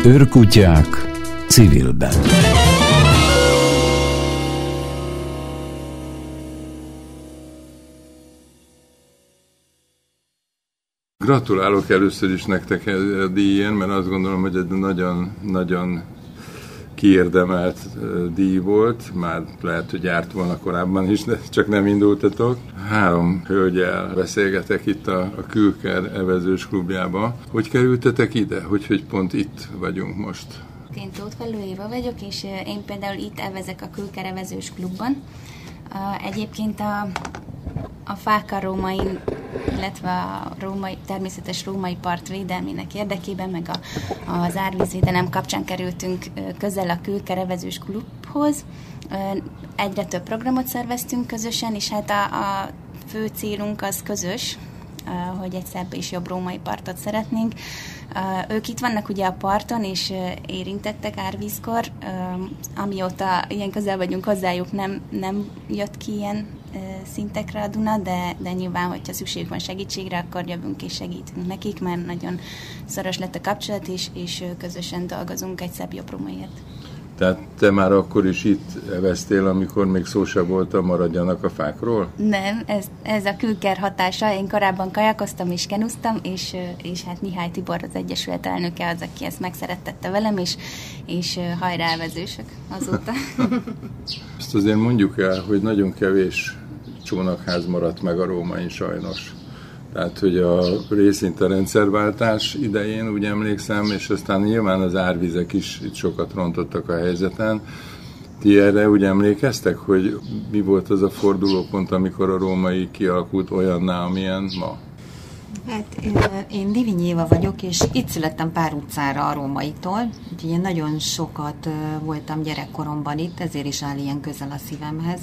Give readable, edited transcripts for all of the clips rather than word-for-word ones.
Őrkutyák civilben. Gratulálok először is nektek a díjén, mert azt gondolom, hogy egy nagyon kiérdemelt díj volt. Már lehet, hogy járt volna korábban is, de csak nem indultatok. 3 hölgyel beszélgetek itt a Külker evezős klubjába. Hogy kerültetek ide? Hogy pont itt vagyunk most? Én Tóth Fellő Éva vagyok, és én például itt evezek a Külker evezős klubban. Egyébként a Fáka rómain, illetve a természetes római part védelmének érdekében, meg az árvízvédelem kapcsán kerültünk közel a Külker evezős klubhoz. Egyre több programot szerveztünk közösen, és hát a fő célunk az közös, hogy egy szebb és jobb római partot szeretnénk. Ők itt vannak ugye a parton, és érintettek árvízkor. Amióta ilyen közel vagyunk hozzájuk, nem jött ki ilyen szintekre a Duna, de nyilván, hogyha szükség van segítségre, akkor jövünk és segítünk nekik, mert nagyon szoros lett a kapcsolat, és közösen dolgozunk egy szebb jobb rómaiért. Tehát te már akkor is itt eveztél, amikor még szó sem volt a maradjanak a fákról? Nem, ez a Külker hatása. Én korábban kajakoztam és kenuztam, és hát Mihály Tibor, az Egyesület elnöke az, aki ezt megszerettette velem, és hajrá evezősök azóta. Azt azért mondjuk el, hogy nagyon kevés csónakház maradt meg a Rómain sajnos. Tehát, hogy a részint a rendszerváltás idején, úgy emlékszem, és aztán nyilván az árvizek is itt sokat rontottak a helyzeten. Ti erre úgy emlékeztek, hogy mi volt az a fordulópont, amikor a római kialakult olyanná, amilyen ma? Hát én Divinyi Éva vagyok, és itt születtem pár utcára a rómaitól, úgyhogy én nagyon sokat voltam gyerekkoromban itt, ezért is áll ilyen közel a szívemhez.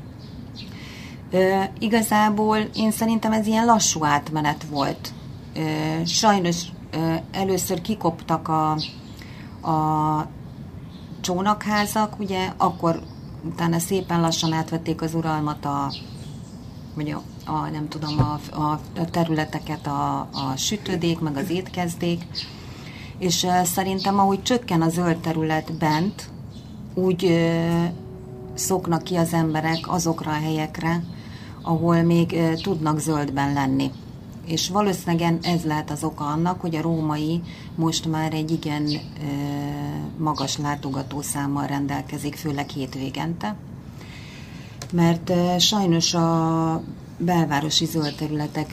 Igazából én szerintem ez ilyen lassú átmenet volt. Sajnos először kikoptak a csónakházak, ugye akkor utána szépen lassan átvették az uralmat a területeket a sütődék, meg az étkezdék, és szerintem ahogy csökken a zöld terület bent, úgy szoknak ki az emberek azokra a helyekre, ahol még tudnak zöldben lenni. És valószínűleg ez lehet az oka annak, hogy a római most már egy igen magas látogatószámmal rendelkezik, főleg hétvégente. Mert sajnos a belvárosi zöld területek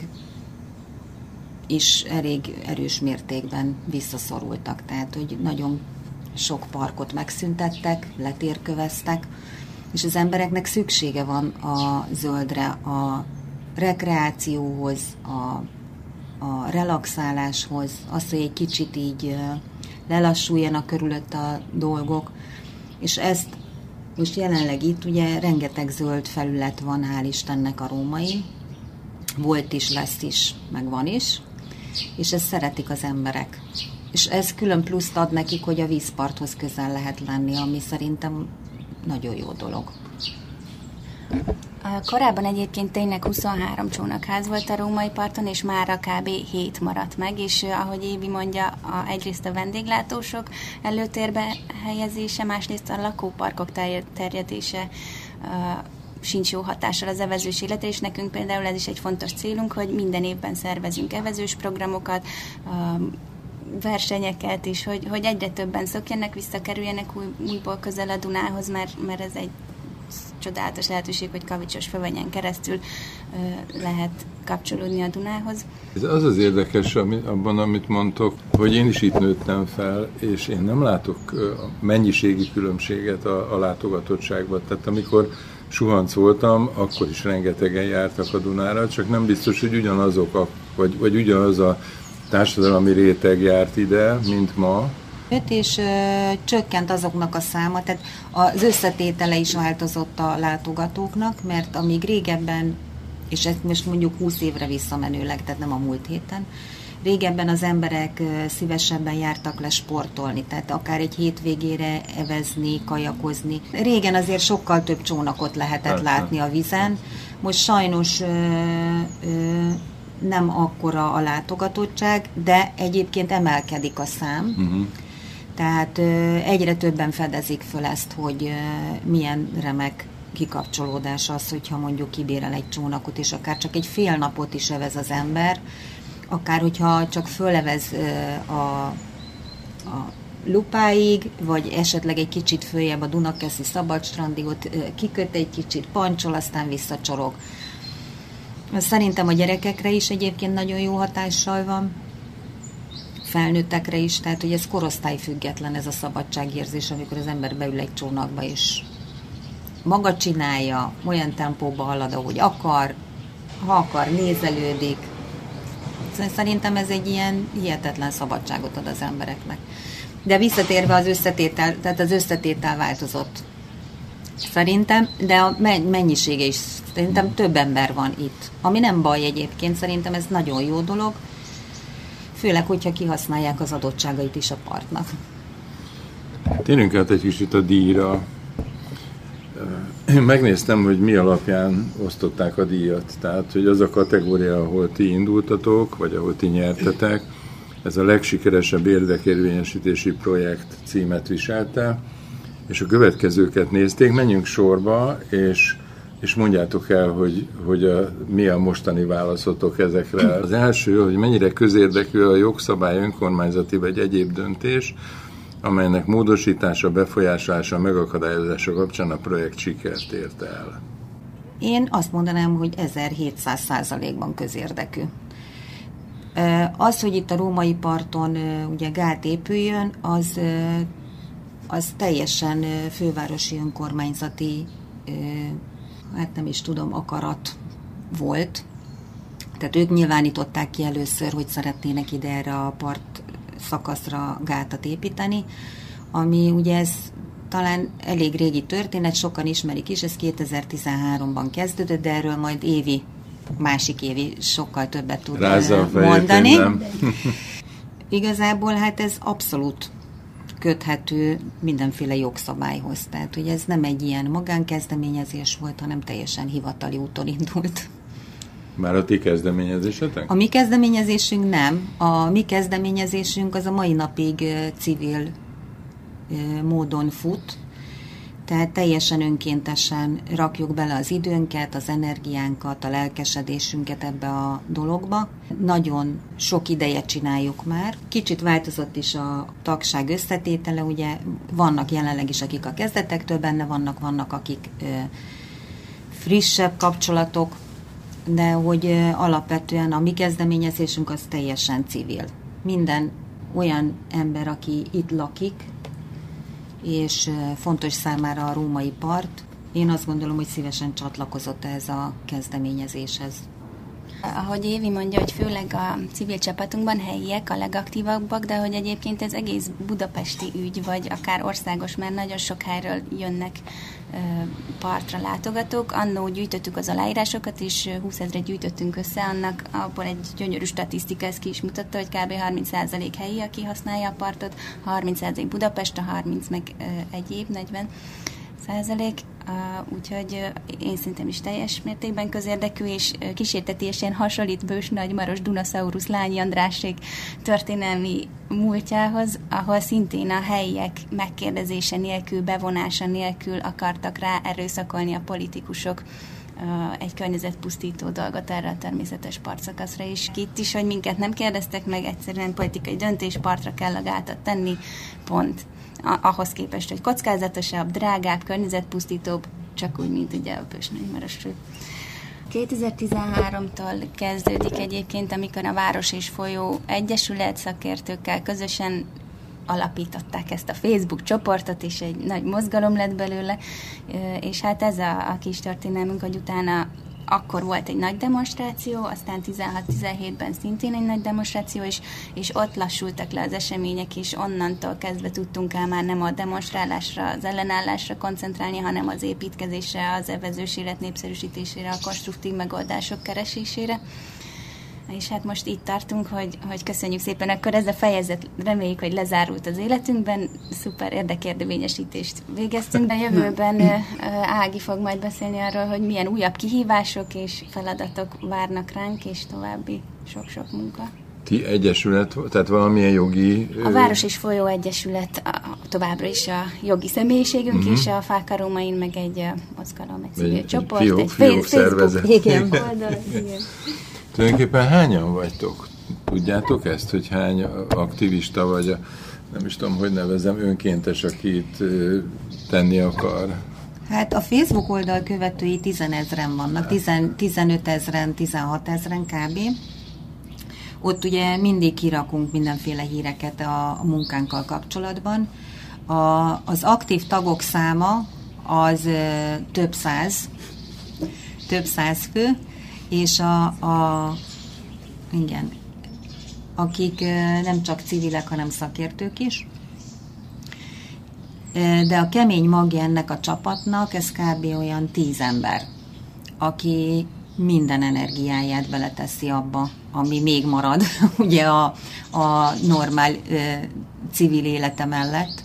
is elég erős mértékben visszaszorultak. Tehát, hogy nagyon sok parkot megszüntettek, letérköveztek, és az embereknek szüksége van a zöldre, a rekreációhoz, a relaxáláshoz, azt, hogy egy kicsit így lelassuljanak körülött a dolgok, és ezt most jelenleg itt ugye rengeteg zöld felület van, hál' Istennek a római, volt is, lesz is, meg van is, és ezt szeretik az emberek. És ez külön pluszt ad nekik, hogy a vízparthoz közel lehet lenni, ami szerintem nagyon jó dolog. Korábban egyébként tényleg 23 csónakház volt a római parton, és mára kb. 7 maradt meg, és ahogy Évi mondja, egyrészt a vendéglátósok előtérbe helyezése, másrészt a lakóparkok terjedése sincs jó hatással az evezős életre, és nekünk például ez is egy fontos célunk, hogy minden évben szervezünk evezős programokat, versenyeket is, hogy egyre többen szokjanak, visszakerüljenek újból közel a Dunához, mert ez egy csodálatos lehetőség, hogy Kavicsos Fövönyen keresztül lehet kapcsolódni a Dunához. Ez az érdekes abban, amit mondtok, hogy én is itt nőttem fel, és én nem látok mennyiségi különbséget a látogatottságban. Tehát amikor suhanc voltam, akkor is rengetegen jártak a Dunára, csak nem biztos, hogy ugyanazok, vagy ugyanaz a társadalmi réteg járt ide, mint ma. És csökkent azoknak a száma, tehát az összetétele is változott a látogatóknak, mert amíg régebben, és ezt most mondjuk 20 évre visszamenőleg, tehát nem a múlt héten, régebben az emberek szívesebben jártak le sportolni, tehát akár egy hétvégére evezni, kajakozni. Régen azért sokkal több csónakot lehetett látni a vízen, most sajnos nem akkora a látogatottság, de egyébként emelkedik a szám. Tehát egyre többen fedezik föl ezt, hogy milyen remek kikapcsolódás az, hogyha mondjuk kibérel egy csónakot, és akár csak egy fél napot is evez az ember, akár hogyha csak fölevez a Lupáig, vagy esetleg egy kicsit följebb a Dunakeszi szabadstrandig, ott kiköt egy kicsit, pancsol, aztán visszacsorog. Szerintem a gyerekekre is egyébként nagyon jó hatással van, felnőttekre is, tehát hogy ez korosztályfüggetlen, ez a szabadságérzés, amikor az ember beül egy csónakba, és maga csinálja, olyan tempóba halad, ahogy akar, ha akar, nézelődik. Szerintem ez egy ilyen hihetetlen szabadságot ad az embereknek. De visszatérve az összetétel, tehát az összetétel változott szerintem, de a mennyisége is, szerintem több ember van itt. Ami nem baj egyébként, szerintem ez nagyon jó dolog, főleg, hogyha kihasználják az adottságait is a partnak. Térjünk át egy kicsit a díjra. Én megnéztem, hogy mi alapján osztották a díjat. Tehát, hogy az a kategória, ahol ti indultatok, vagy ahol ti nyertetek, ez a legsikeresebb érdekérvényesítési projekt címet viselte, és a következőket nézték. Menjünk sorba, és mondjátok el, hogy mi a mostani válaszotok ezekre. Az első, hogy mennyire közérdekű a jogszabály, önkormányzati vagy egyéb döntés, amelynek módosítása, befolyásolása, megakadályozása kapcsán a projekt sikert érte el. Én azt mondanám, hogy 1700%-ban közérdekű. Az, hogy itt a római parton ugye gát épüljön, az teljesen fővárosi önkormányzati, hát nem is tudom, akarat volt. Tehát ők nyilvánították ki először, hogy szeretnének ide erre a part szakaszra gátat építeni, ami ugye ez talán elég régi történet, sokan ismerik is, ez 2013-ban kezdődött, de erről majd másik évi sokkal többet tud mondani. Igazából hát ez abszolút köthető mindenféle jogszabályhoz. Tehát, hogy ez nem egy ilyen magánkezdeményezés volt, hanem teljesen hivatali úton indult. Már a ti kezdeményezésetek? A mi kezdeményezésünk nem. A mi kezdeményezésünk az a mai napig civil módon fut, tehát teljesen önkéntesen rakjuk bele az időnket, az energiánkat, a lelkesedésünket ebbe a dologba. Nagyon sok ideje csináljuk már. Kicsit változott is a tagság összetétele, ugye vannak jelenleg is, akik a kezdetektől benne vannak akik frissebb kapcsolatok, de hogy alapvetően a mi kezdeményezésünk az teljesen civil. Minden olyan ember, aki itt lakik, és fontos számára a római part, én azt gondolom, hogy szívesen csatlakozott ehhez a kezdeményezéshez. Ahogy Évi mondja, hogy főleg a civil csapatunkban helyiek a legaktívabbak, de hogy egyébként ez egész budapesti ügy, vagy akár országos, mert nagyon sok helyről jönnek partra látogatók. Annó gyűjtöttük az aláírásokat, és 20 000 gyűjtöttünk össze, annak abból egy gyönyörű statisztika, ez ki is mutatta, hogy kb. 30% helyi, aki használja a partot, 30% Budapest, a 30 meg egyéb, 40%. Úgyhogy én szerintem is teljes mértékben közérdekű, és kísértetésen hasonlít Bős Nagymaros Dunasaurus Lányi Andrásék történelmi múltjához, ahol szintén a helyiek megkérdezése nélkül, bevonása nélkül akartak rá erőszakolni a politikusok egy környezetpusztító dolgot erre a természetes partszakaszra is. Itt is, hogy minket nem kérdeztek meg, egyszerűen politikai döntés, partra kell a gátat tenni, pont. Ahhoz képest, hogy kockázatosabb, drágább, környezetpusztítóbb, csak úgy, mint ugye a Bős Nagymarosról. 2013-tól kezdődik egyébként, amikor a Város és Folyó Egyesület szakértőkkel közösen alapították ezt a Facebook csoportot, és egy nagy mozgalom lett belőle, és hát ez a kis történelmünk, hogy utána akkor volt egy nagy demonstráció, aztán 16-17-ben szintén egy nagy demonstráció, és ott lassultak le az események, és onnantól kezdve tudtunk el már nem a demonstrálásra, az ellenállásra koncentrálni, hanem az építkezésre, az evezős élet népszerűsítésére, a konstruktív megoldások keresésére. És hát most itt tartunk, hogy köszönjük szépen, akkor ez a fejezet, reméljük, hogy lezárult az életünkben, szuper érdekérdeményesítést végeztünk, de a jövőben Ági fog majd beszélni arról, hogy milyen újabb kihívások és feladatok várnak ránk, és további sok-sok munka. ti egyesület, tehát valamilyen jogi... A Város és Folyó Egyesület továbbra is a jogi személyiségünk, és a Fák Rómain meg egy mozgalom, egy civil csoport, egy Facebook oldal. Igen. Tulajdonképpen hányan vagytok? Tudjátok ezt, hogy hány aktivista vagy, nem is tudom, hogy nevezem, önkéntes, aki itt tenni akar? Hát a Facebook oldal követői 10 000-en vannak, 15 000-en, 16 000-en kb. Ott ugye mindig kirakunk mindenféle híreket a munkánkkal kapcsolatban. Az aktív tagok száma az több száz fő, és igen, akik nem csak civilek, hanem szakértők is. De a kemény magja ennek a csapatnak, ez kb. Olyan 10 ember, aki minden energiáját beleteszi abba, ami még marad, ugye a normál civil élete mellett,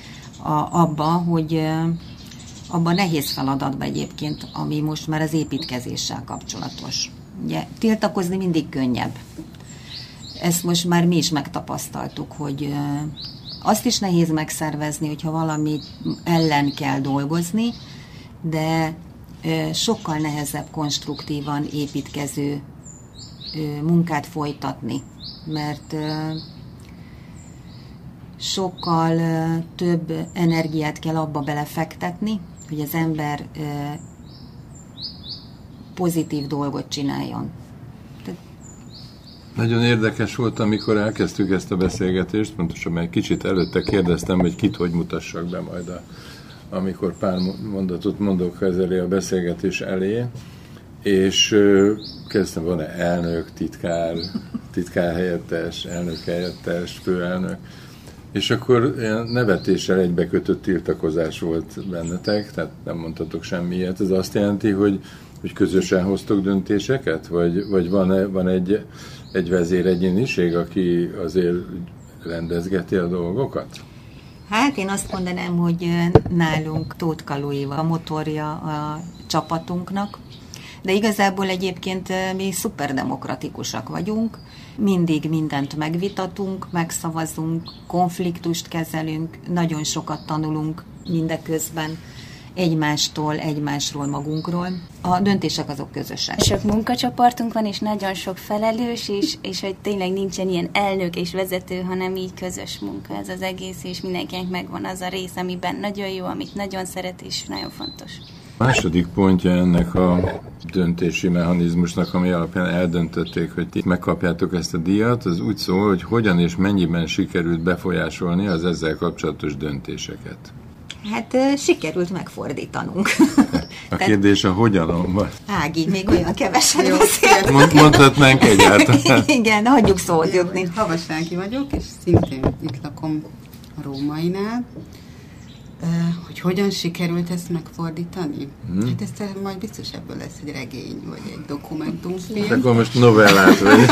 abba a nehéz feladatba egyébként, ami most már az építkezéssel kapcsolatos. Ugye tiltakozni mindig könnyebb. Ezt most már mi is megtapasztaltuk, hogy azt is nehéz megszervezni, hogyha valami ellen kell dolgozni, de sokkal nehezebb konstruktívan építkező munkát folytatni, mert sokkal több energiát kell abba belefektetni, hogy az ember pozitív dolgot csináljon. Nagyon érdekes volt, amikor elkezdtük ezt a beszélgetést, pontosan mert kicsit előtte kérdeztem, hogy kit hogy mutassak be majd, amikor pár mondatot mondok ezzel a beszélgetés elé, és kezdtem, van-e elnök, titkár helyettes, elnök helyettes, főelnök, és akkor nevetéssel egybekötött tiltakozás volt bennetek, tehát nem mondtatok semmi ilyet. Ez azt jelenti, hogy közösen hoztok döntéseket? Vagy van egy vezéregyéniség, aki azért rendezgeti a dolgokat? Hát én azt mondanám, hogy nálunk Tóth Kaluiva a motorja a csapatunknak, de igazából egyébként mi szuperdemokratikusak vagyunk, mindig mindent megvitatunk, megszavazunk, konfliktust kezelünk, nagyon sokat tanulunk mindeközben egymásról, magunkról. A döntések azok közösek. Sok munkacsoportunk van, és nagyon sok felelős, és hogy tényleg nincsen ilyen elnök és vezető, hanem így közös munka ez az egész, és mindenkinek megvan az a rész, amiben nagyon jó, amit nagyon szeret, és nagyon fontos. A második pontja ennek a döntési mechanizmusnak, ami alapján eldöntötték, hogy ti megkapjátok ezt a díjat, az úgy szól, hogy hogyan és mennyiben sikerült befolyásolni az ezzel kapcsolatos döntéseket. Hát sikerült megfordítanunk. A kérdés a hogyanon van. Ági, még olyan kevesen beszélt. Mondhatnánk egyáltalán. Igen, hagyjuk szót jutni. Havas Ági vagyok, és szintén itt lakom a Rómainál. Hogy hogyan sikerült ezt megfordítani? Hát ez majd biztos ebből lesz egy regény, vagy egy dokumentumfilm. Akkor most novellát, vagy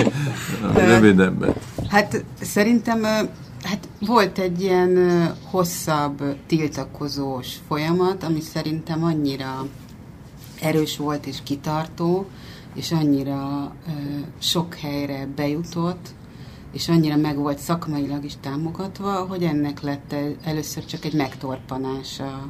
rövidebbet. Hát szerintem volt egy ilyen hosszabb tiltakozós folyamat, ami szerintem annyira erős volt és kitartó, és annyira sok helyre bejutott, és annyira meg volt szakmailag is támogatva, hogy ennek lett először csak egy megtorpanása.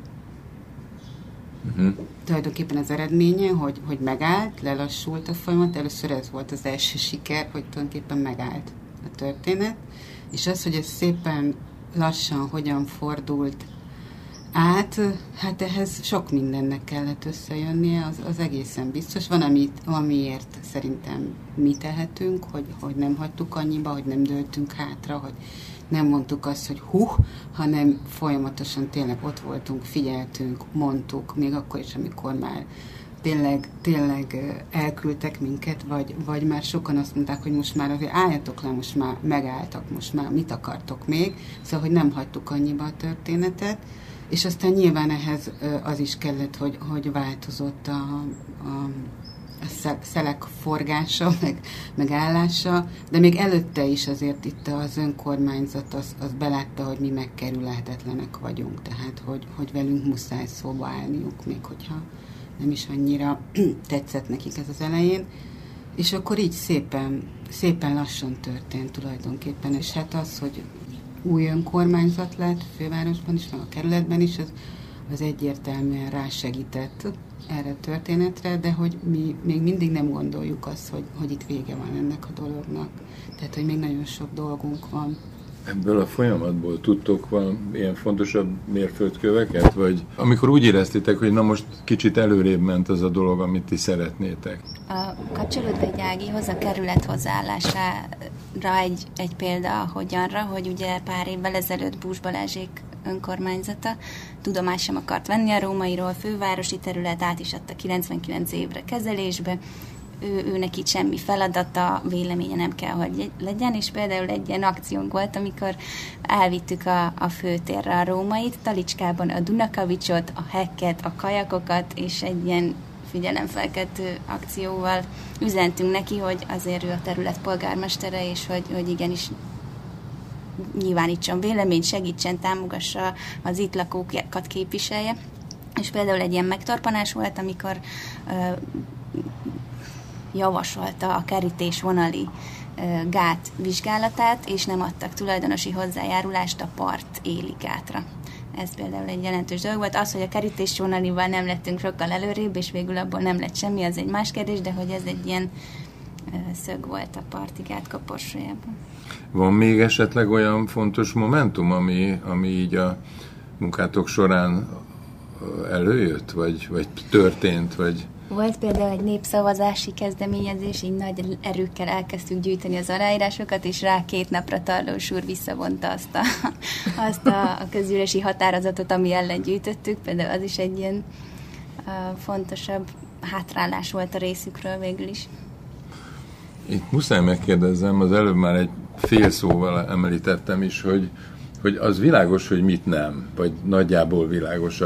Tulajdonképpen az eredménye, hogy megállt, lelassult a folyamat. Először ez volt az első siker, hogy tulajdonképpen megállt a történet. És az, hogy ez szépen lassan hogyan fordult át, hát ehhez sok mindennek kellett összejönnie, az egészen biztos. Van, amiért szerintem mi tehetünk, hogy nem hagytuk annyiba, hogy nem dőltünk hátra, hogy nem mondtuk azt, hogy hanem folyamatosan tényleg ott voltunk, figyeltünk, mondtuk, még akkor is, amikor már tényleg elküldtek minket, vagy már sokan azt mondták, hogy most már azért álljatok le, most már megálltak, most már mit akartok még, szóval, hogy nem hagytuk annyiba a történetet, és aztán nyilván ehhez az is kellett, hogy változott a szelek forgása, meg állása, de még előtte is azért itt az önkormányzat az belátta, hogy mi megkerülhetetlenek vagyunk, tehát hogy velünk muszáj szóba állniuk, még hogyha nem is annyira tetszett nekik ez az elején, És akkor így szépen lassan történt tulajdonképpen, és hát az, hogy új önkormányzat lett fővárosban is, meg a kerületben is, az egyértelműen rásegített erre a történetre, de hogy mi még mindig nem gondoljuk azt, hogy itt vége van ennek a dolognak. Tehát, hogy még nagyon sok dolgunk van. Ebből a folyamatból tudtok valamilyen fontosabb mérföldköveket? Vagy amikor úgy éreztétek, hogy na most kicsit előrébb ment az a dolog, amit ti szeretnétek? Kapcsolódva egy Ágihoz, a kerület hozzáállására egy példa, hogyanra, hogy ugye pár évvel ezelőtt Bús Balázsék önkormányzata tudomást sem akart venni a rómairól, fővárosi terület át is adta 99 évre kezelésbe, őnek itt semmi feladata, véleménye nem kell, hogy legyen, és például egy ilyen akciónk volt, amikor elvittük a főtérre a rómait, Talicskában a Dunakavicsot, a hekket, a kajakokat, és egy ilyen figyelemfelkeltő akcióval üzentünk neki, hogy azért ő a terület polgármestere, és hogy igenis nyilvánítson véleményt, segítsen, támogassa, az itt lakókat képviselje. És például egy ilyen megtorpanás volt, amikor javasolta a kerítésvonali gát vizsgálatát, és nem adtak tulajdonosi hozzájárulást a part éli gátra. Ez például egy jelentős dolog volt. Az, hogy a kerítésvonalival nem lettünk sokkal előrébb, és végül abból nem lett semmi, az egy más kérdés, de hogy ez egy ilyen szög volt a parti gát kaporsójában. Van még esetleg olyan fontos momentum, ami így a munkátok során előjött, vagy történt, vagy... Volt például egy népszavazási kezdeményezés, így nagy erőkkel elkezdtük gyűjteni az aláírásokat, és rá 2 napra Tarlós úr visszavonta azt a közgyűlési határozatot, ami ellen gyűjtöttük. Például az is egy ilyen fontosabb hátrálás volt a részükről végül is. Itt muszáj megkérdezzem, az előbb már egy fél szóval említettem is, hogy az világos, hogy mit nem, vagy nagyjából világos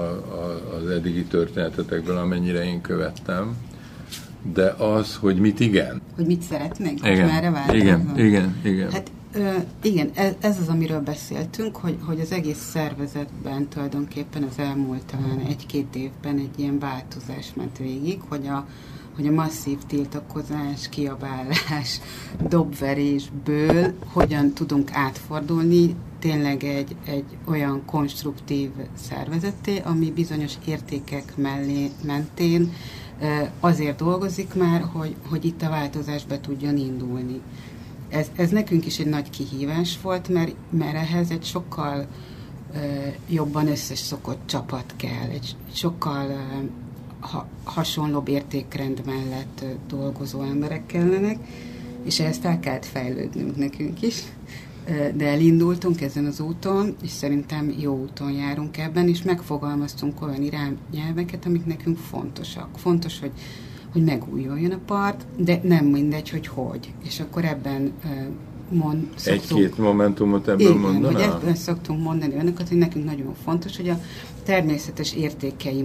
az eddigi történetetekből, amennyire én követtem, de az, hogy mit igen. Hogy mit szeretnénk, igen, hogy merre változom. Igen. Hát igen, ez az, amiről beszéltünk, hogy az egész szervezetben tulajdonképpen az elmúlt talán 1-2 évben egy ilyen változás ment végig, hogy a masszív tiltakozás, kiabálás, dobverésből hogyan tudunk átfordulni tényleg egy olyan konstruktív szervezetté, ami bizonyos értékek mentén azért dolgozik már, hogy itt a változás be tudjon indulni. Ez nekünk is egy nagy kihívás volt, mert ehhez egy sokkal jobban összeszokott csapat kell, egy sokkal hasonlóbb értékrend mellett dolgozó emberek kellenek, és ehhez fel kellett fejlődnünk nekünk is. De elindultunk ezen az úton, és szerintem jó úton járunk ebben, és megfogalmaztunk olyan irányelveket, amik nekünk fontosak. Fontos, hogy megújuljon a part, de nem mindegy, hogy. És akkor ebben szoktunk... 1-2 momentumot ebből mondanál? Igen, hogy ebben szoktunk mondani önöket, hogy nekünk nagyon fontos, hogy a természetes értékei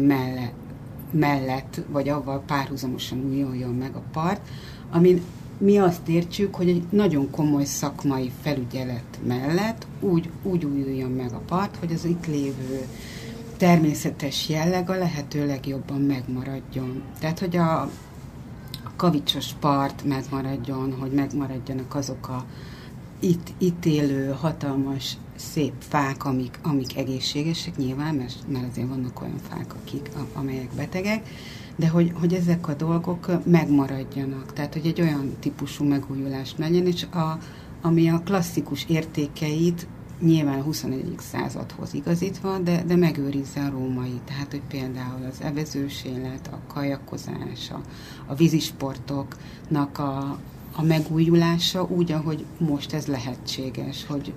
mellett, vagy avval párhuzamosan újuljon meg a part, amin mi azt értsük, hogy egy nagyon komoly szakmai felügyelet mellett úgy újuljon meg a part, hogy az itt lévő természetes jelleg a lehető legjobban megmaradjon. Tehát, hogy a kavicsos part megmaradjon, hogy megmaradjanak azok a itt élő hatalmas szép fák, amik egészségesek nyilván, mert azért vannak olyan fák, amelyek betegek, de hogy ezek a dolgok megmaradjanak. Tehát, hogy egy olyan típusú megújulás legyen, és ami a klasszikus értékeit nyilván a 21. századhoz igazítva, de megőrizze a római. Tehát, hogy például az evezős élet, a kajakozás, a vízisportoknak a megújulása úgy, ahogy most ez lehetséges, hogy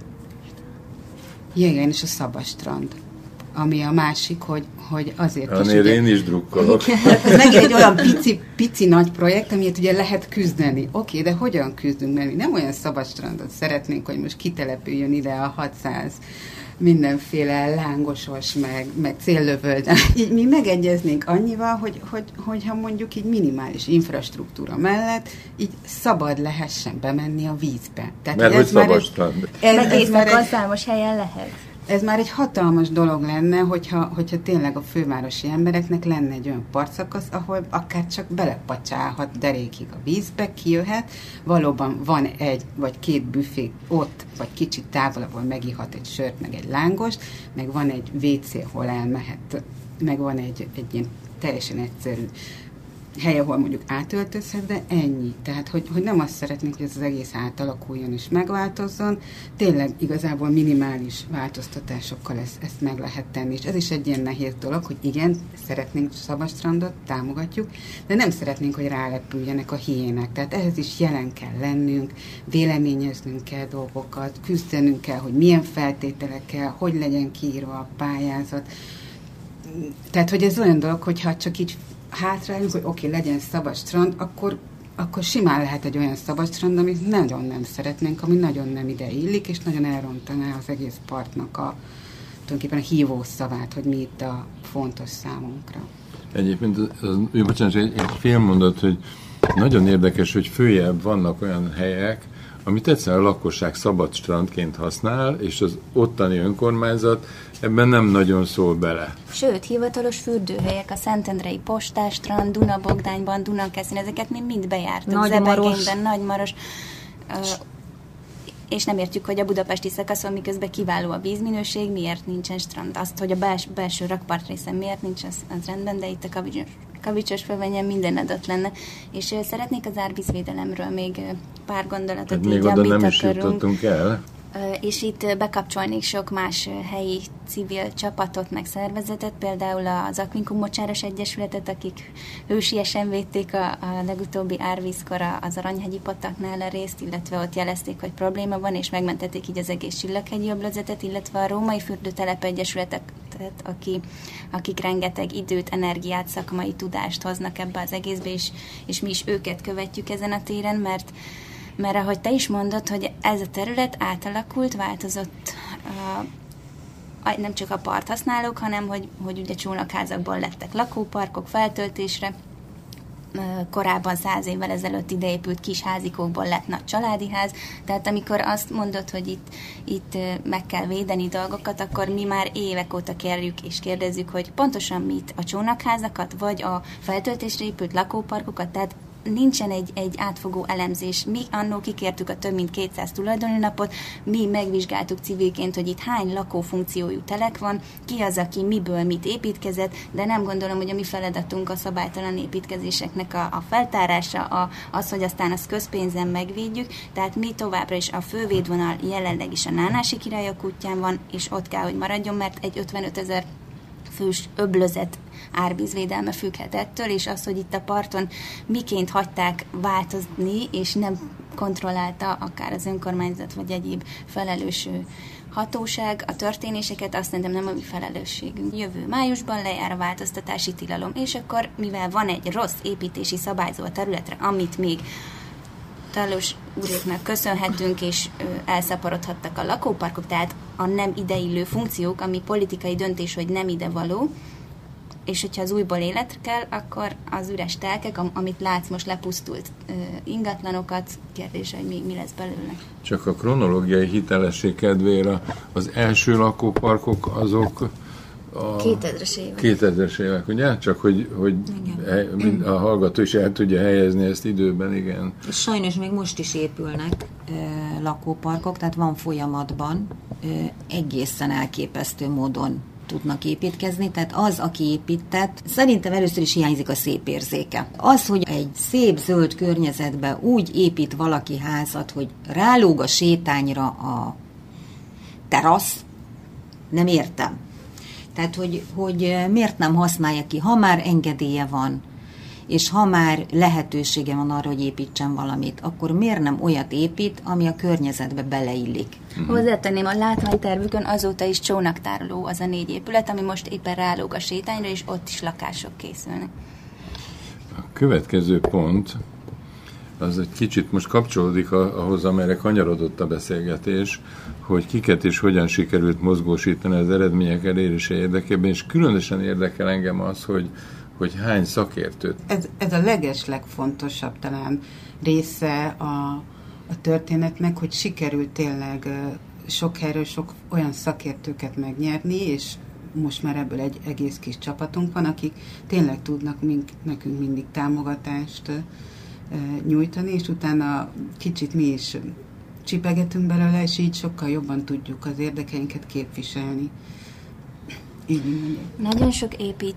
igen, és a szabadstrand, ami a másik, hogy azért is... Annél én is drukkolok. Ez megint egy olyan pici nagy projekt, amiért ugye lehet küzdeni. Oké, de hogyan küzdünk? Mert mi nem olyan szabadstrandot szeretnénk, hogy most kitelepüljön ide a 600 mindenféle lángosos, meg céllövöld. Így mi megegyeznénk annyival, hogyha mondjuk így minimális infrastruktúra mellett így szabad lehessen bemenni a vízbe. Tehát, mert hogy szabadstrand. Meg éjszaka számos helyen lehet. Ez már egy hatalmas dolog lenne, hogyha tényleg a fővárosi embereknek lenne egy olyan partszakasz, ahol akár csak belepacsálhat derékig a vízbe, kijöhet, valóban van egy vagy két büfé ott, vagy kicsit távolabb, ahol megihat egy sört, meg egy lángost, meg van egy WC, ahol elmehet, meg van egy ilyen teljesen egyszerű hely, ahol mondjuk átöltözhet, de ennyi. Tehát, hogy nem azt szeretnénk, hogy ez az egész átalakuljon és megváltozzon, tényleg igazából minimális változtatásokkal ezt meg lehet tenni. És ez is egy ilyen nehéz dolog, hogy igen, szeretnénk szabadstrandot, támogatjuk, de nem szeretnénk, hogy rálepüljenek a hiének. Tehát ehhez is jelen kell lennünk, véleményeznünk kell dolgokat, küzdenünk kell, hogy milyen feltételekkel, hogy legyen kiírva a pályázat. Tehát, hogy ez olyan dolog, hogyha csak így hátrálunk, hogy oké, legyen szabad strand, akkor simán lehet egy olyan szabad strand, amit nagyon nem szeretnénk, ami nagyon nem ide illik, és nagyon elrontaná az egész partnak tulajdonképpen a hívószavát, hogy mi itt a fontos számunkra. Egyébként, egy félmondat, hogy nagyon érdekes, hogy följebb vannak olyan helyek, amit egyszerűen a lakosság szabad strandként használ, és az ottani önkormányzat ebben nem nagyon szól bele. Sőt, hivatalos fürdőhelyek, a Szentendrei Postástrand, Duna-Bogdányban, Dunankeszin, ezeket mi mind bejártunk. Zebegényben, Nagymaros. És nem értjük, hogy a budapesti szakaszon, miközben kiváló a vízminőség, miért nincsen strand. Azt, hogy a belső rakpart részen miért nincs, az rendben, de itt a Kavicsos Fövenyen minden adott lenne. És szeretnék az árvízvédelemről még pár gondolatot hát így, amit nem is jutottunk el. És itt bekapcsolnék sok más helyi civil csapatot, meg szervezetet, például az Aquincum Mocsáros Egyesületet, akik hősiesen védték a legutóbbi árvízkor az Aranyhegyi pataknál a részt, illetve ott jelezték, hogy probléma van, és megmentették így az egész Csillaghegyi öblezetet, illetve a Római Fürdőtelep Egyesületet, akik rengeteg időt, energiát, szakmai tudást hoznak ebbe az egészbe, és mi is őket követjük ezen a téren, mert ahogy te is mondod, hogy ez a terület átalakult, változott nem csak a parthasználók, hanem hogy ugye csónakházakból lettek lakóparkok feltöltésre. Korábban 100 évvel ezelőtt ideépült kis házikókból lett nagy családi ház, tehát amikor azt mondod, hogy itt meg kell védeni dolgokat, akkor mi már évek óta kérjük és kérdezzük, hogy pontosan mit, a csónakházakat, vagy a feltöltésre épült lakóparkokat, tehát nincsen egy átfogó elemzés. Mi annól kikértük a több mint 200 tulajdoni napot, mi megvizsgáltuk civilként, hogy itt hány lakófunkciójú telek van, ki az, aki miből mit építkezett, de nem gondolom, hogy a mi feladatunk a szabálytalan építkezéseknek a feltárása, az, hogy aztán azt közpénzen megvédjük, tehát mi továbbra is a fővédvonal jelenleg is a Nánási Királyok útján van, és ott kell, hogy maradjon, mert egy 55 000 fős öblözet árvízvédelme függhet ettől, és az, hogy itt a parton miként hagyták változni, és nem kontrollálta akár az önkormányzat, vagy egyéb felelős hatóság a történéseket, azt szerintem nem a mi felelősségünk. Jövő májusban lejár a változtatási tilalom, és akkor, mivel van egy rossz építési szabályzó a területre, amit még Talós úréknak köszönhetünk, és elszaporodhattak a lakóparkok, tehát a nem ideillő funkciók, ami politikai döntés, hogy nem idevaló, és hogyha az újból élet kell, akkor az üres telkek, amit látsz most lepusztult ingatlanokat, kérdés, hogy mi lesz belőle. Csak a kronológiai hitelesség kedvére az első lakóparkok azok a 2000-es évek. 2000-es évek, ugye? Csak hogy a hallgató is el tudja helyezni ezt időben, igen. Sajnos még most is épülnek lakóparkok, tehát van folyamatban, egészen elképesztő módon tudnak építkezni, tehát az, aki épített, szerintem először is hiányzik a szép érzéke. Az, hogy egy szép zöld környezetben úgy épít valaki házat, hogy rálóg a sétányra a terasz, nem értem. Tehát, hogy miért nem használja ki, ha már engedélye van, és ha már lehetősége van arra, hogy építsen valamit, akkor miért nem olyat épít, ami a környezetbe beleillik? Hozzátenném, a látványtervükön azóta is csónaktároló az a 4 épület, ami most éppen rálóg a sétányra, és ott is lakások készülnek. A következő pont, az egy kicsit most kapcsolódik ahhoz, amelyre kanyarodott a beszélgetés, hogy kiket és hogyan sikerült mozgósítani az eredmények elérése érdekében, és különösen érdekel engem az, hogy hány szakértőt. Ez a legfontosabb talán része a történetnek, hogy sikerült tényleg sok helyről sok olyan szakértőket megnyerni, és most már ebből egy egész kis csapatunk van, akik tényleg tudnak nekünk mindig támogatást nyújtani, és utána kicsit mi is csipegetünk belőle, és így sokkal jobban tudjuk az érdekeinket képviselni. Nagyon sok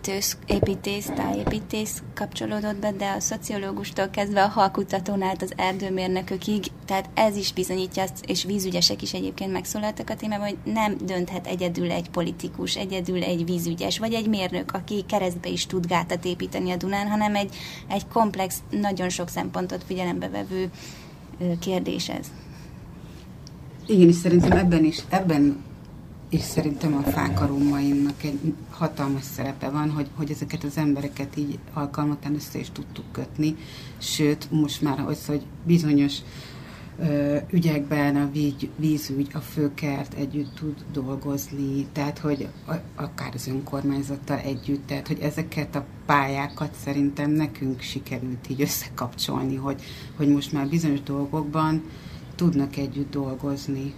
tájépítész kapcsolódott be, de a szociológustól kezdve a halkutatónál az erdőmérnökökig, tehát ez is bizonyítja azt, és vízügyesek is egyébként megszólaltak a témában, hogy nem dönthet egyedül egy politikus, egyedül egy vízügyes, vagy egy mérnök, aki keresztbe is tud gátat építeni a Dunán, hanem egy komplex, nagyon sok szempontot figyelembe vevő kérdés ez. Igen, és szerintem ebben és szerintem a Fákarómainnak egy hatalmas szerepe van, hogy ezeket az embereket így alkalmatlan össze is tudtuk kötni, sőt, most már az, hogy bizonyos ügyekben a vízügy, a főkert együtt tud dolgozni, tehát hogy akár az önkormányzattal együtt, tehát hogy ezeket a pályákat szerintem nekünk sikerült így összekapcsolni, hogy most már bizonyos dolgokban tudnak együtt dolgozni.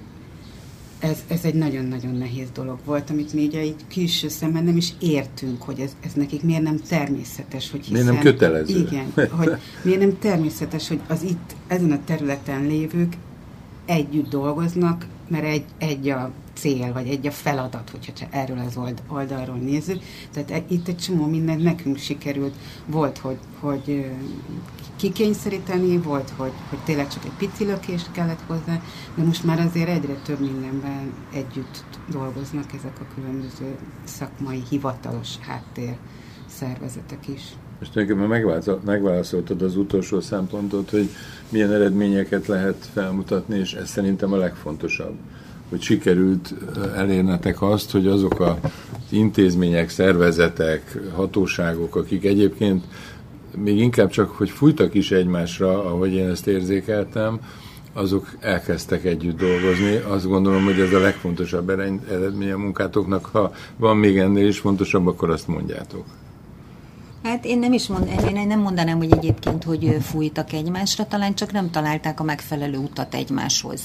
Ez egy nagyon-nagyon nehéz dolog volt, amit mi így külső szemben nem is értünk, hogy ez nekik miért nem természetes, hogy miért nem kötelező. Igen, hogy miért nem természetes, hogy az itt, ezen a területen lévők együtt dolgoznak, mert egy a cél, vagy egy a feladat, hogyha csak erről az oldalról nézzük. Tehát itt egy csomó mindent nekünk sikerült. Volt, hogy kikényszeríteni, volt, hogy tényleg csak egy pici lökést kellett hozzá, de most már azért egyre több mindenben együtt dolgoznak ezek a különböző szakmai, hivatalos háttér szervezetek is. Most tulajdonképpen megválaszoltad az utolsó szempontot, hogy milyen eredményeket lehet felmutatni, és ez szerintem a legfontosabb, hogy sikerült elérnetek azt, hogy azok az intézmények, szervezetek, hatóságok, akik egyébként még inkább csak, hogy fújtak is egymásra, ahogy én ezt érzékeltem, azok elkezdtek együtt dolgozni. Azt gondolom, hogy ez a legfontosabb eredmény a munkátoknak. Ha van még ennél is fontosabb, akkor azt mondjátok. Hát én nem mondanám, hogy egyébként, hogy fújtak egymásra, talán csak nem találták a megfelelő utat egymáshoz.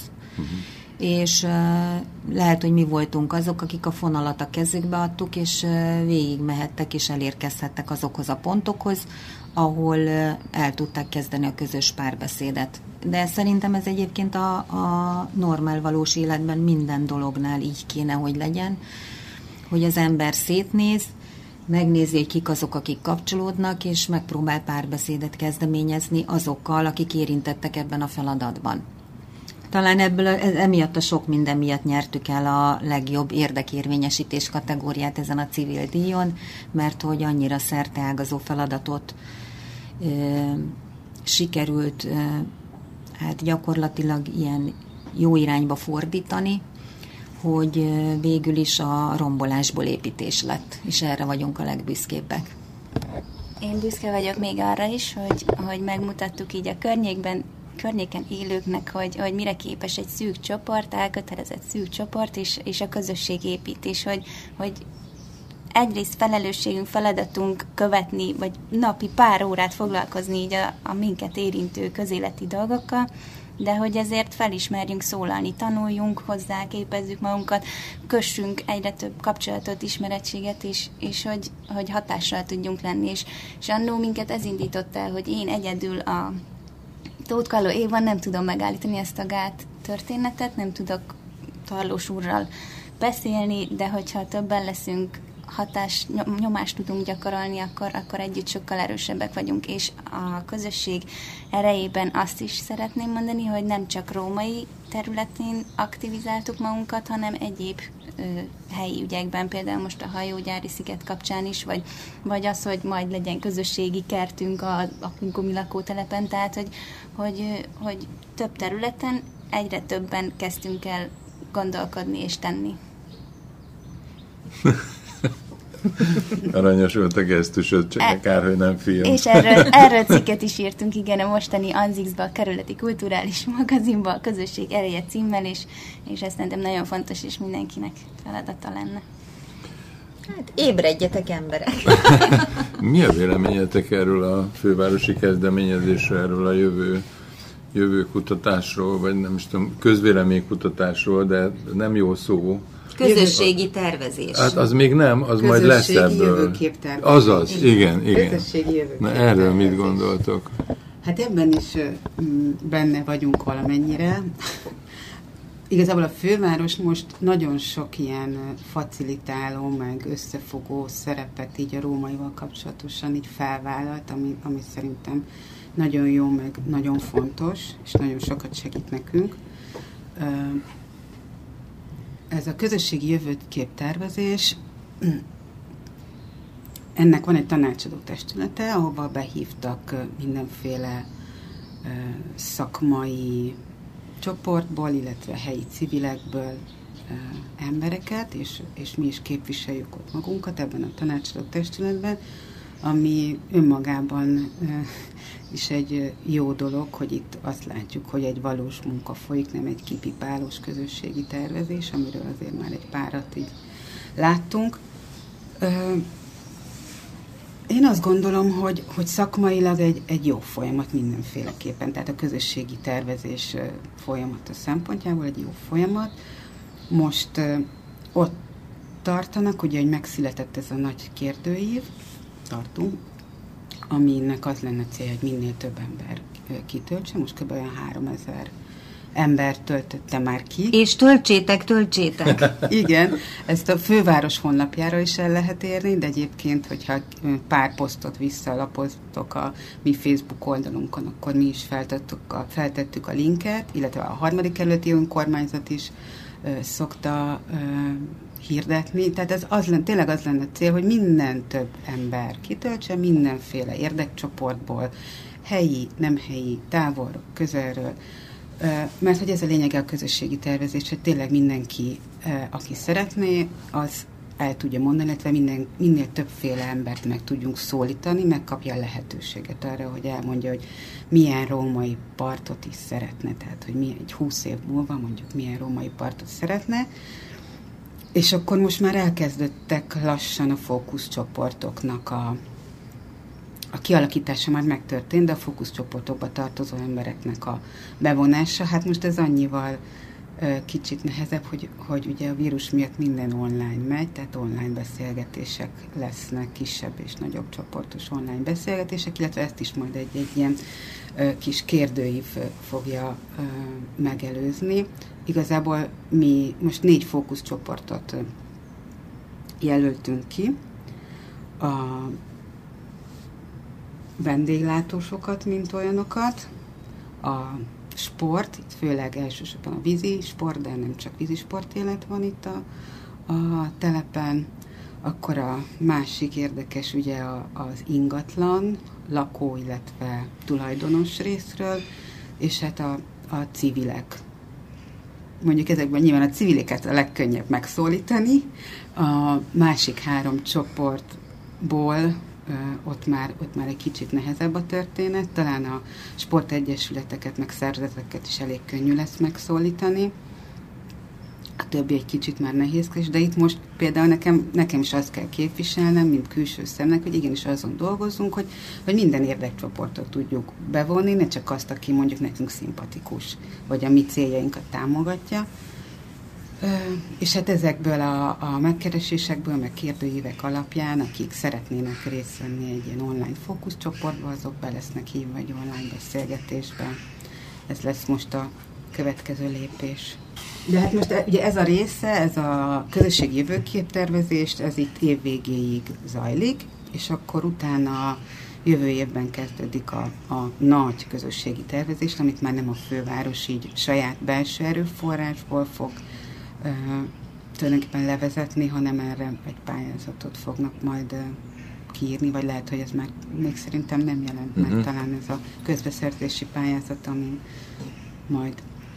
És lehet, hogy mi voltunk azok, akik a fonalat a kezükbe adtuk, és végigmehettek és elérkezhettek azokhoz a pontokhoz, ahol el tudták kezdeni a közös párbeszédet. De szerintem ez egyébként a normál valós életben minden dolognál így kéne, hogy legyen, hogy az ember szétnéz, megnézi, hogy kik azok, akik kapcsolódnak, és megpróbál párbeszédet kezdeményezni azokkal, akik érintettek ebben a feladatban. Talán emiatt a sok minden miatt nyertük el a legjobb érdekérvényesítés kategóriát ezen a civil díjon, mert hogy annyira szerteágazó feladatot sikerült hát gyakorlatilag ilyen jó irányba fordítani, hogy végül is a rombolásból építés lett, és erre vagyunk a legbüszkébbek. Én büszke vagyok még arra is, hogy megmutattuk így a környéken élőknek, hogy mire képes egy szűk csoport, elkötelezett szűk csoport, és a közösségépítés, hogy egyrészt felelősségünk, feladatunk követni, vagy napi pár órát foglalkozni így a minket érintő közéleti dolgokkal, de hogy ezért felismerjünk szólalni, tanuljunk hozzá, képezzük magunkat, kössünk egyre több kapcsolatot, ismerettséget, és hogy hatással tudjunk lenni. És annó minket ez indított el, hogy én egyedül a Tóth Kalló Éva nem tudom megállítani ezt a gát történetet, nem tudok Tarlós úrral beszélni, de hogyha többen leszünk, nyomást tudunk gyakorolni, akkor együtt sokkal erősebbek vagyunk, és a közösség erejében azt is szeretném mondani, hogy nem csak római területén aktivizáltuk magunkat, hanem egyéb helyi ügyekben, például most a hajógyári sziget kapcsán is, vagy az, hogy majd legyen közösségi kertünk a Gumi lakótelepen, tehát hogy több területen egyre többen kezdtünk el gondolkodni és tenni. Aranyos volt a gesztusod, csak kár, hogy nem film. És erről cikket is írtunk, igen, a mostani Anzixba, a Kerületi Kulturális Magazinba, a Közösség ereje címmel, és ez szerintem nagyon fontos, és mindenkinek feladata lenne. Hát ébredjetek, emberek! Mi a véleményetek erről a fővárosi kezdeményezésről, erről a jövőkutatásról, vagy nem is tudom, közvéleménykutatásról, de nem jó szó. Közösségi tervezés. Hát az még nem, az majd lesz ebből. Azaz, igen. Közösségi jövőképtervezés. Na erről mit gondoltok? Hát ebben is benne vagyunk valamennyire. Igazából a főváros most nagyon sok ilyen facilitáló, meg összefogó szerepet így a rómaival kapcsolatosan így felvállalt, ami szerintem nagyon jó, meg nagyon fontos, és nagyon sokat segít nekünk. Ez a közösségi jövőkép tervezés, ennek van egy tanácsadó testülete, ahova behívtak mindenféle szakmai csoportból, illetve helyi civilekből embereket, és mi is képviseljük ott magunkat ebben a tanácsadó testületben, ami önmagában is egy jó dolog, hogy itt azt látjuk, hogy egy valós munka folyik, nem egy kipipálós közösségi tervezés, amiről azért már egy párat így láttunk. Én azt gondolom, hogy szakmailag egy jó folyamat mindenféleképpen, tehát a közösségi tervezés folyamata szempontjából egy jó folyamat. Most ott tartanak, ugye, hogy megszületett ez a nagy kérdőív, tartunk, aminek az lenne célja, hogy minél több ember kitöltse, most kb. 3000 ember töltötte már ki. És töltsétek! Igen, ezt a főváros honlapjára is el lehet érni, de egyébként, hogyha pár posztot visszalapoztok a mi Facebook oldalunkon, akkor mi is feltettük a linket, illetve a 3. kerületi önkormányzat is szokta hirdetni. Tehát tényleg az lenne cél, hogy minden több ember kitöltse, mindenféle érdekcsoportból, helyi, nem helyi, távolról, közelről, mert hogy ez a lényege a közösségi tervezés, hogy tényleg mindenki, aki szeretné, az el tudja mondani, illetve minél többféle embert meg tudjunk szólítani, megkapja a lehetőséget arra, hogy elmondja, hogy milyen római partot is szeretne, tehát hogy egy 20 év múlva mondjuk milyen római partot szeretne, és akkor most már elkezdődtek lassan a fókuszcsoportoknak a kialakítása már megtörtént, de a fókuszcsoportokba tartozó embereknek a bevonása, hát most ez annyival kicsit nehezebb, hogy ugye a vírus miatt minden online megy, tehát online beszélgetések lesznek, kisebb és nagyobb csoportos online beszélgetések, illetve ezt is majd egy ilyen kis kérdőív fogja megelőzni. Igazából mi most 4 fókuszcsoportot jelöltünk ki. A vendéglátósokat, mint olyanokat, a sport, itt főleg elsősorban a vízi sport, de nem csak vízi sportélet van itt a telepen, akkor a másik érdekes ugye az ingatlan, lakó, illetve tulajdonos részről, és hát a civilek. Mondjuk ezekben nyilván a civileket a legkönnyebb megszólítani, a másik 3 csoportból ott már egy kicsit nehezebb a történet, talán a sportegyesületeket, meg szervezeteket is elég könnyű lesz megszólítani. A többi egy kicsit már nehézkes, de itt most például nekem is azt kell képviselnem, mint külső szemnek, hogy igenis azon dolgozunk, hogy minden érdekcsoportot tudjuk bevonni, ne csak azt, aki mondjuk nekünk szimpatikus, vagy a mi céljainkat támogatja. És hát ezekből a megkeresésekből, meg kérdőívek alapján, akik szeretnének részt venni egy ilyen online fókuszcsoportba, azok be lesznek hívva egy online beszélgetésbe. Ez lesz most a következő lépés. De hát most ugye ez a része, ez a közösségi jövőképtervezést, ez itt év végéig zajlik, és akkor utána jövő évben kezdődik a nagy közösségi tervezés, amit már nem a főváros így saját belső erőforrásból fog tulajdonképpen levezetni, hanem erre egy pályázatot fognak majd kiírni, vagy lehet, hogy ez már még szerintem nem jelent meg, talán ez a közbeszerzési pályázat, ami majd...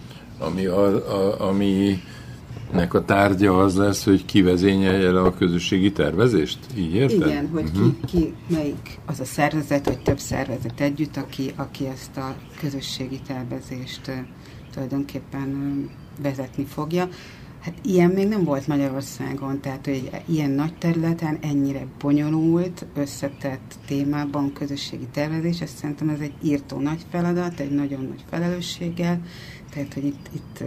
Aminek a tárgya az lesz, hogy ki vezényelje el a közösségi tervezést? Így érted? Igen, hogy ki melyik az a szervezet, vagy több szervezet együtt, aki ezt a közösségi tervezést tulajdonképpen vezetni fogja. Hát ilyen még nem volt Magyarországon, tehát hogy ilyen nagy területen ennyire bonyolult, összetett témában közösségi tervezés, ezt szerintem ez egy írtó nagy feladat, egy nagyon nagy felelősséggel, tehát hogy itt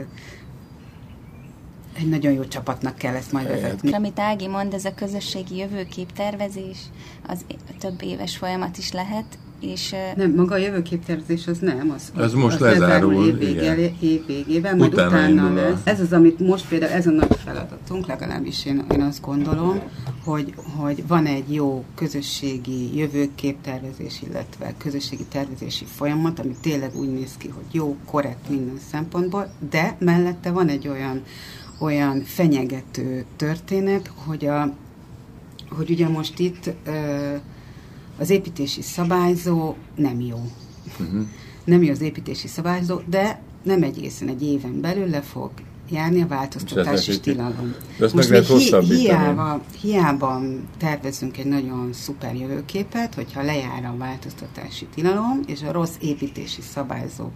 egy nagyon jó csapatnak kell ezt majd vezetni. Amit Ági mond, ez a közösségi jövőkép tervezés, az több éves folyamat is lehet, és... Nem, maga a jövőképtervezés az nem, az most lezárul év végében, majd utána lesz. Ez az, amit most például, ez a nagy feladatunk, legalábbis én azt gondolom, hogy van egy jó közösségi jövőképtervezés, illetve közösségi tervezési folyamat, ami tényleg úgy néz ki, hogy jó, korrekt minden szempontból, de mellette van egy olyan fenyegető történet, hogy ugye most itt az építési szabályzó nem jó. Nem jó az építési szabályzó, de nem egészen egy éven belül le fog járni a változtatási tilalom. Most még hiába tervezünk egy nagyon szuper jövőképet, hogyha lejár a változtatási tilalom, és a rossz építési szabályzók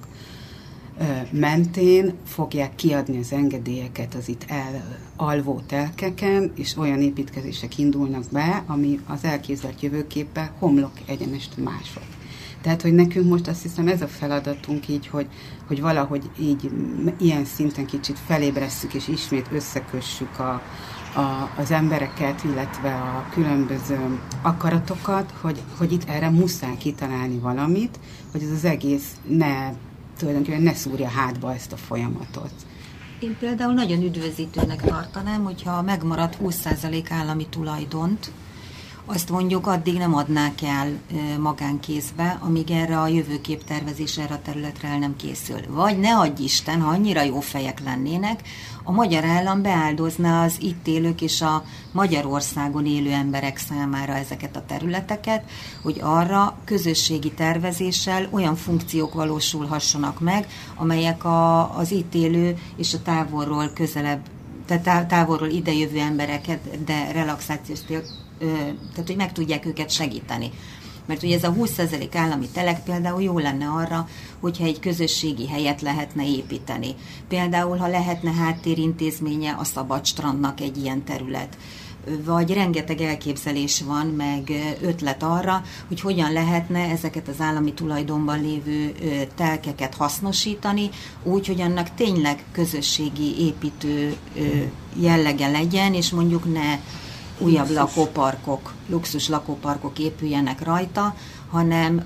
mentén fogják kiadni az engedélyeket az itt alvó telkeken, és olyan építkezések indulnak be, ami az elképzelt jövőképpen homlok egyenest mások. Tehát, hogy nekünk most azt hiszem ez a feladatunk így, hogy valahogy így ilyen szinten kicsit felébresszük, és ismét összekössük az embereket, illetve a különböző akaratokat, hogy itt erre muszáj kitalálni valamit, hogy ez az egész tulajdonképpen ne szúrja hátba ezt a folyamatot. Én például nagyon üdvözítőnek tartanám, hogyha megmaradt 20% állami tulajdont, azt mondjuk addig nem adnák el magánkézbe, amíg erre a jövőképtervezés erre a területre el nem készül. Vagy ne adj Isten, ha annyira jó fejek lennének, a magyar állam beáldozná az itt élők és a Magyarországon élő emberek számára ezeket a területeket, hogy arra közösségi tervezéssel olyan funkciók valósulhassanak meg, amelyek az itt élő és a távolról közelebb, tehát távolról idejövő embereket, de relaxációs tehát, hogy meg tudják őket segíteni. Mert ugye ez a 20% állami telek például jó lenne arra, hogyha egy közösségi helyet lehetne építeni. Például, ha lehetne háttérintézménye a Szabadstrandnak egy ilyen terület. Vagy rengeteg elképzelés van, meg ötlet arra, hogy hogyan lehetne ezeket az állami tulajdonban lévő telkeket hasznosítani, úgy, hogy annak tényleg közösségi építő jellege legyen, és mondjuk ne újabb lakóparkok, luxus lakóparkok épüljenek rajta, hanem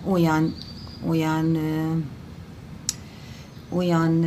olyan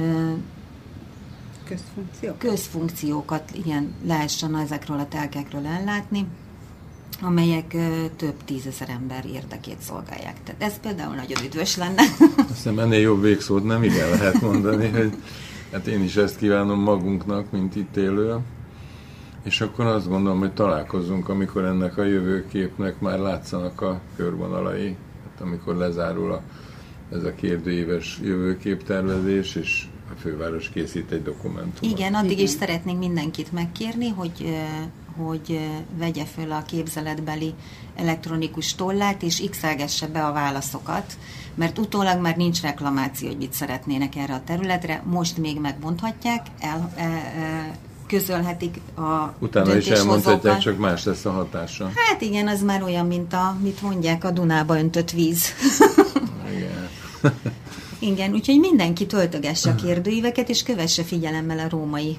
közfunkciókat lehessen ezekről a telkekről ellátni, amelyek több 10 000 ember érdekét szolgálják. Tehát ez például nagyon üdvös lenne. Azt hiszem ennél jobb végszót nem igen lehet mondani, hogy hát én is ezt kívánom magunknak, mint itt élő. És akkor azt gondolom, hogy találkozzunk, amikor ennek a jövőképnek már látszanak a körvonalai, hát amikor lezárul ez a kérdőéves jövőképtervezés, és a főváros készít egy dokumentumot. Igen, addig is szeretnénk mindenkit megkérni, hogy vegye föl a képzeletbeli elektronikus tollát, és x-elgesse be a válaszokat, mert utólag már nincs reklamáció, hogy mit szeretnének erre a területre, most még megmondhatják, közölhetik a utána is elmondhatják, csak más lesz a hatása. Hát igen, az már olyan, mint mit mondják, a Dunába öntött víz. Igen. Igen, úgyhogy mindenki töltögesse a kérdőíveket, és kövesse figyelemmel a római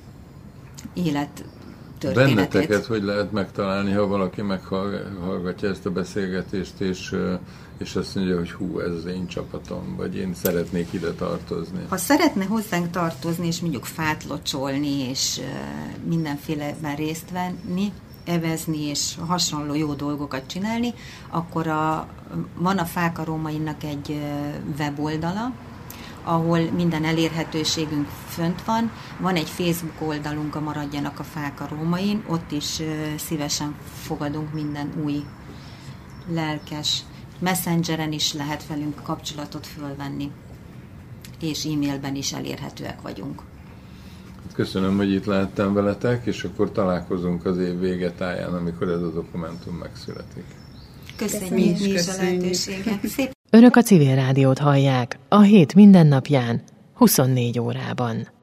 élet történetét. Benneteket hogy lehet megtalálni, ha valaki meghallgatja ezt a beszélgetést, és azt mondja, hogy hú, ez az én csapatom, vagy én szeretnék ide tartozni. Ha szeretne hozzánk tartozni, és mondjuk fát locsolni, és mindenféleben részt venni, evezni, és hasonló jó dolgokat csinálni, akkor van a Fák a Rómainak egy weboldala, ahol minden elérhetőségünk fönt van. Van egy Facebook oldalunk, a Maradjanak a Fák a Rómain, ott is szívesen fogadunk minden új lelkes. Messengeren is lehet velünk kapcsolatot fölvenni, és e-mailben is elérhetőek vagyunk. Köszönöm, hogy itt lehettem veletek, és akkor találkozunk az év végetáján, amikor ez a dokumentum megszületik. Köszönjük mi is a lehetőséget. Szép. Önök a Civil Rádiót hallják a hét mindennapján, 24 órában.